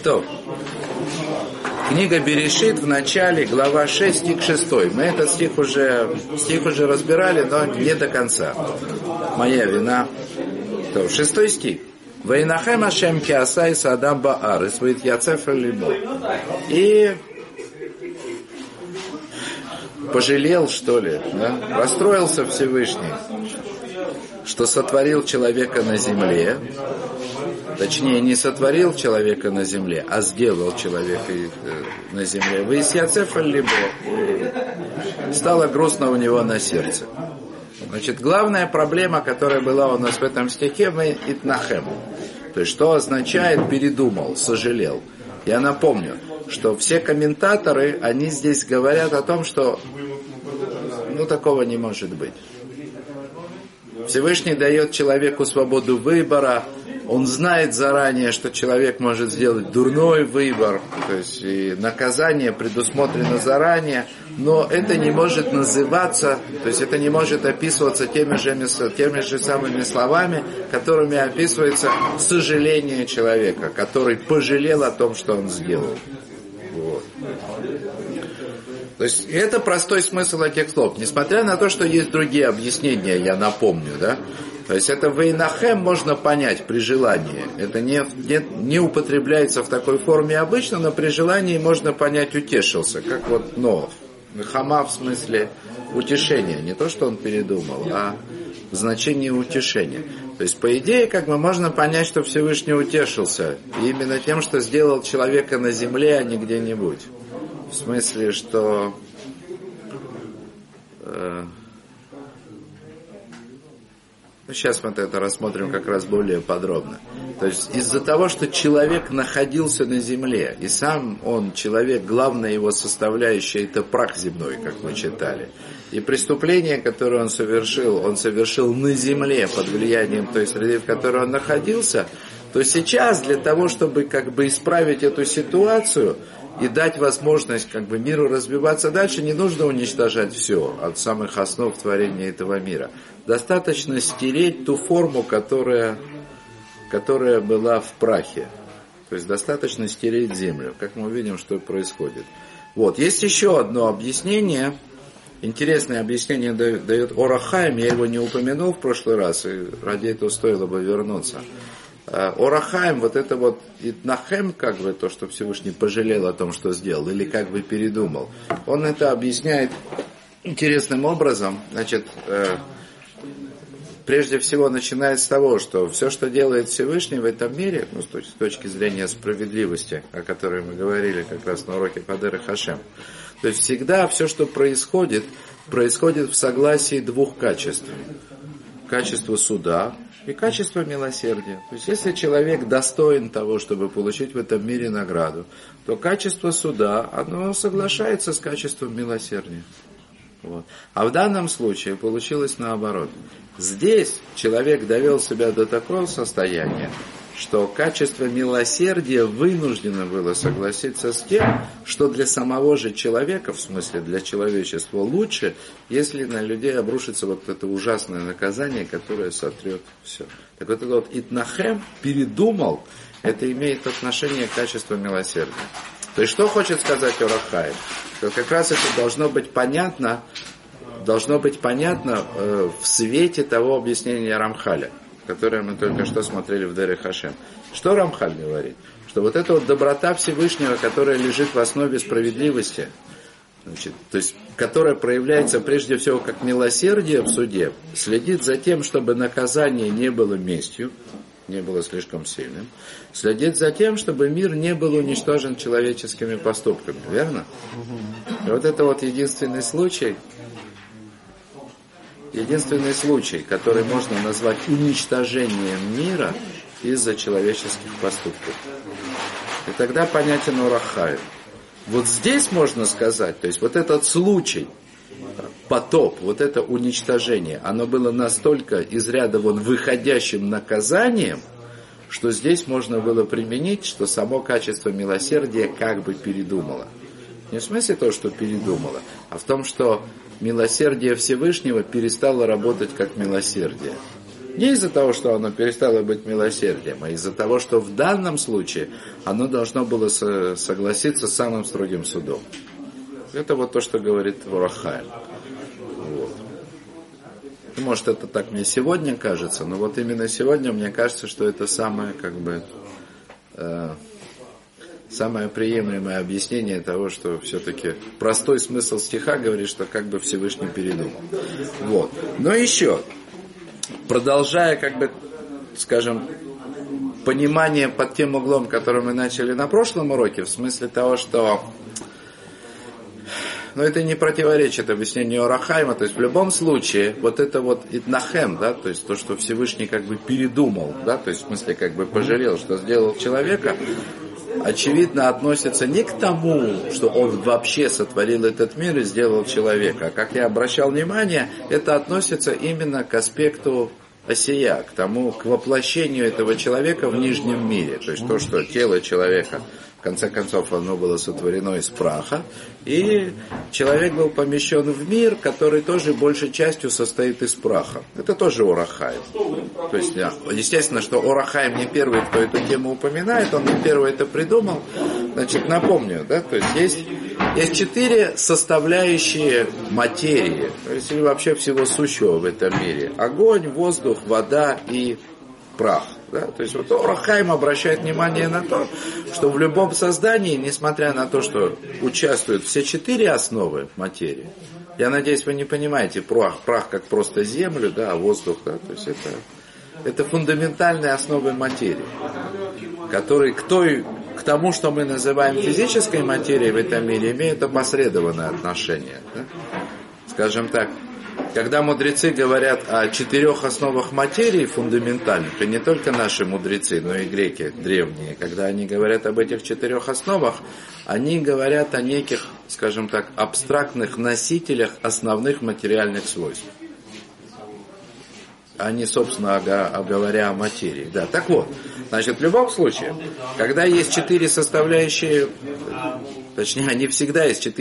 То. Книга Берешит в начале, глава 6, стих 6. Мы этот стих уже разбирали, но не до конца. Моя вина. То, 6 стих. Вейнахем Ашем киасай садам баарес вейт яцеф либо. И пожалел, что ли, да? Расстроился Всевышний, что сотворил человека на земле. Точнее, не сотворил человека на земле, а сделал человека на земле. Вейт яцеф либо. Стало грустно у него на сердце. Значит, главная проблема, которая была у нас в этом стихе, итнахем. То есть, что означает передумал, сожалел. Я напомню, что все комментаторы, они здесь говорят о том, что такого не может быть. Всевышний дает человеку свободу выбора. Он знает заранее, что человек может сделать дурной выбор, то есть и наказание предусмотрено заранее, но это не может называться, то есть это не может описываться теми же самыми словами, которыми описывается сожаление человека, который пожалел о том, что он сделал. Вот. То есть это простой смысл этих слов, несмотря на то, что есть другие объяснения, я напомню, да? То есть это вейнахем можно понять при желании. Это не употребляется в такой форме обычно, но при желании можно понять утешился. Как вот Ноах. Хама в смысле утешения. Не то, что он передумал, а в значении утешения. То есть по идее можно понять, что Всевышний утешился. И именно тем, что сделал человека на земле, а не где-нибудь. В смысле, что... Сейчас мы это рассмотрим как раз более подробно. То есть из-за того, что человек находился на земле, и сам он, человек, главная его составляющая, это прах земной, как мы читали. И преступление, которое он совершил на земле под влиянием той среды, в которой он находился, то сейчас для того, чтобы исправить эту ситуацию и дать возможность миру развиваться дальше, не нужно уничтожать все от самых основ творения этого мира. Достаточно стереть ту форму, которая была в прахе. То есть достаточно стереть землю. Как мы увидим, что происходит. Вот. Есть еще одно объяснение. Интересное объяснение дает Ор ха-Хаим. Я его не упомянул в прошлый раз, и ради этого стоило бы вернуться. Ор ха-Хаим, итнахем, то, что Всевышний пожалел о том, что сделал, или передумал. Он это объясняет интересным образом. Значит, прежде всего начинает с того, что все, что делает Всевышний в этом мире, с точки зрения справедливости, о которой мы говорили как раз на уроке по Дерех Хашем, то есть всегда все, что происходит в согласии двух качеств. Качество суда и качество милосердия. То есть если человек достоин того, чтобы получить в этом мире награду, то качество суда, оно соглашается с качеством милосердия. Вот. А в данном случае получилось наоборот. Здесь человек довел себя до такого состояния, что качество милосердия вынуждено было согласиться с тем, что для самого же человека, в смысле для человечества, лучше, если на людей обрушится это ужасное наказание, которое сотрет все. Так это итнахем, передумал, это имеет отношение к качеству милосердия. То есть что хочет сказать Ор ха-Хаим? Что как раз это должно быть понятно в свете того объяснения Рамхаля, которое мы только что смотрели в Дерех Хашем. Что Рамхаль говорит? Что эта доброта Всевышнего, которая лежит в основе справедливости, то есть, которая проявляется прежде всего как милосердие в суде, следит за тем, чтобы наказание не было местью, не было слишком сильным, следит за тем, чтобы мир не был уничтожен человеческими поступками, верно? И это единственный случай, который можно назвать уничтожением мира из-за человеческих поступков. И тогда понятен Ор ха-Хаим. Здесь можно сказать, то есть этот случай, потоп, это уничтожение, оно было настолько из ряда выходящим наказанием, что здесь можно было применить, что само качество милосердия передумало. Не в смысле того, что передумало, а в том, что милосердие Всевышнего перестало работать как милосердие. Не из-за того, что оно перестало быть милосердием, а из-за того, что в данном случае оно должно было согласиться с самым строгим судом. Это вот то, что говорит Ор ха-Хаим. Вот. Может, это так мне сегодня кажется, но вот именно сегодня мне кажется, что это самое, самое приемлемое объяснение того, что все-таки простой смысл стиха говорит, что как бы Всевышний передумал. Вот. Но еще, продолжая, скажем, понимание под тем углом, который мы начали на прошлом уроке, в смысле того, что это не противоречит объяснению Ор ха-Хаима, то есть в любом случае, вот это вот итнахем, да, то есть то, что Всевышний передумал, да, то есть в смысле пожалел, что сделал человека, очевидно относится не к тому, что он вообще сотворил этот мир и сделал человека, а как я обращал внимание, это относится именно к аспекту осия, к воплощению этого человека в нижнем мире, то есть то, что тело человека, в конце концов, оно было сотворено из праха, и человек был помещен в мир, который тоже большей частью состоит из праха. Это тоже Ор ха-Хаим. То есть, естественно, что Ор ха-Хаим не первый, кто эту тему упоминает, он не первый это придумал. Значит, напомню, да, то есть 4 составляющие материи, то есть или вообще всего сущего в этом мире. Огонь, воздух, вода и прах. Да? То есть вот Ор ха-Хаим обращает внимание на то, что в любом создании, несмотря на то, что участвуют все 4 основы материи, я надеюсь, вы не понимаете прах как просто землю, да, а воздух, да, то есть это фундаментальные основы материи, которые к тому, что мы называем физической материей в этом мире, имеют опосредованное отношение. Да? Скажем так, когда мудрецы говорят о 4 основах материи фундаментальных, и не только наши мудрецы, но и греки древние, когда они говорят об этих 4 основах, они говорят о неких, скажем так, абстрактных носителях основных материальных свойств. А не, собственно говоря, о материи. Да, так вот, значит, в любом случае, когда есть 4 составляющие, точнее, не всегда есть 4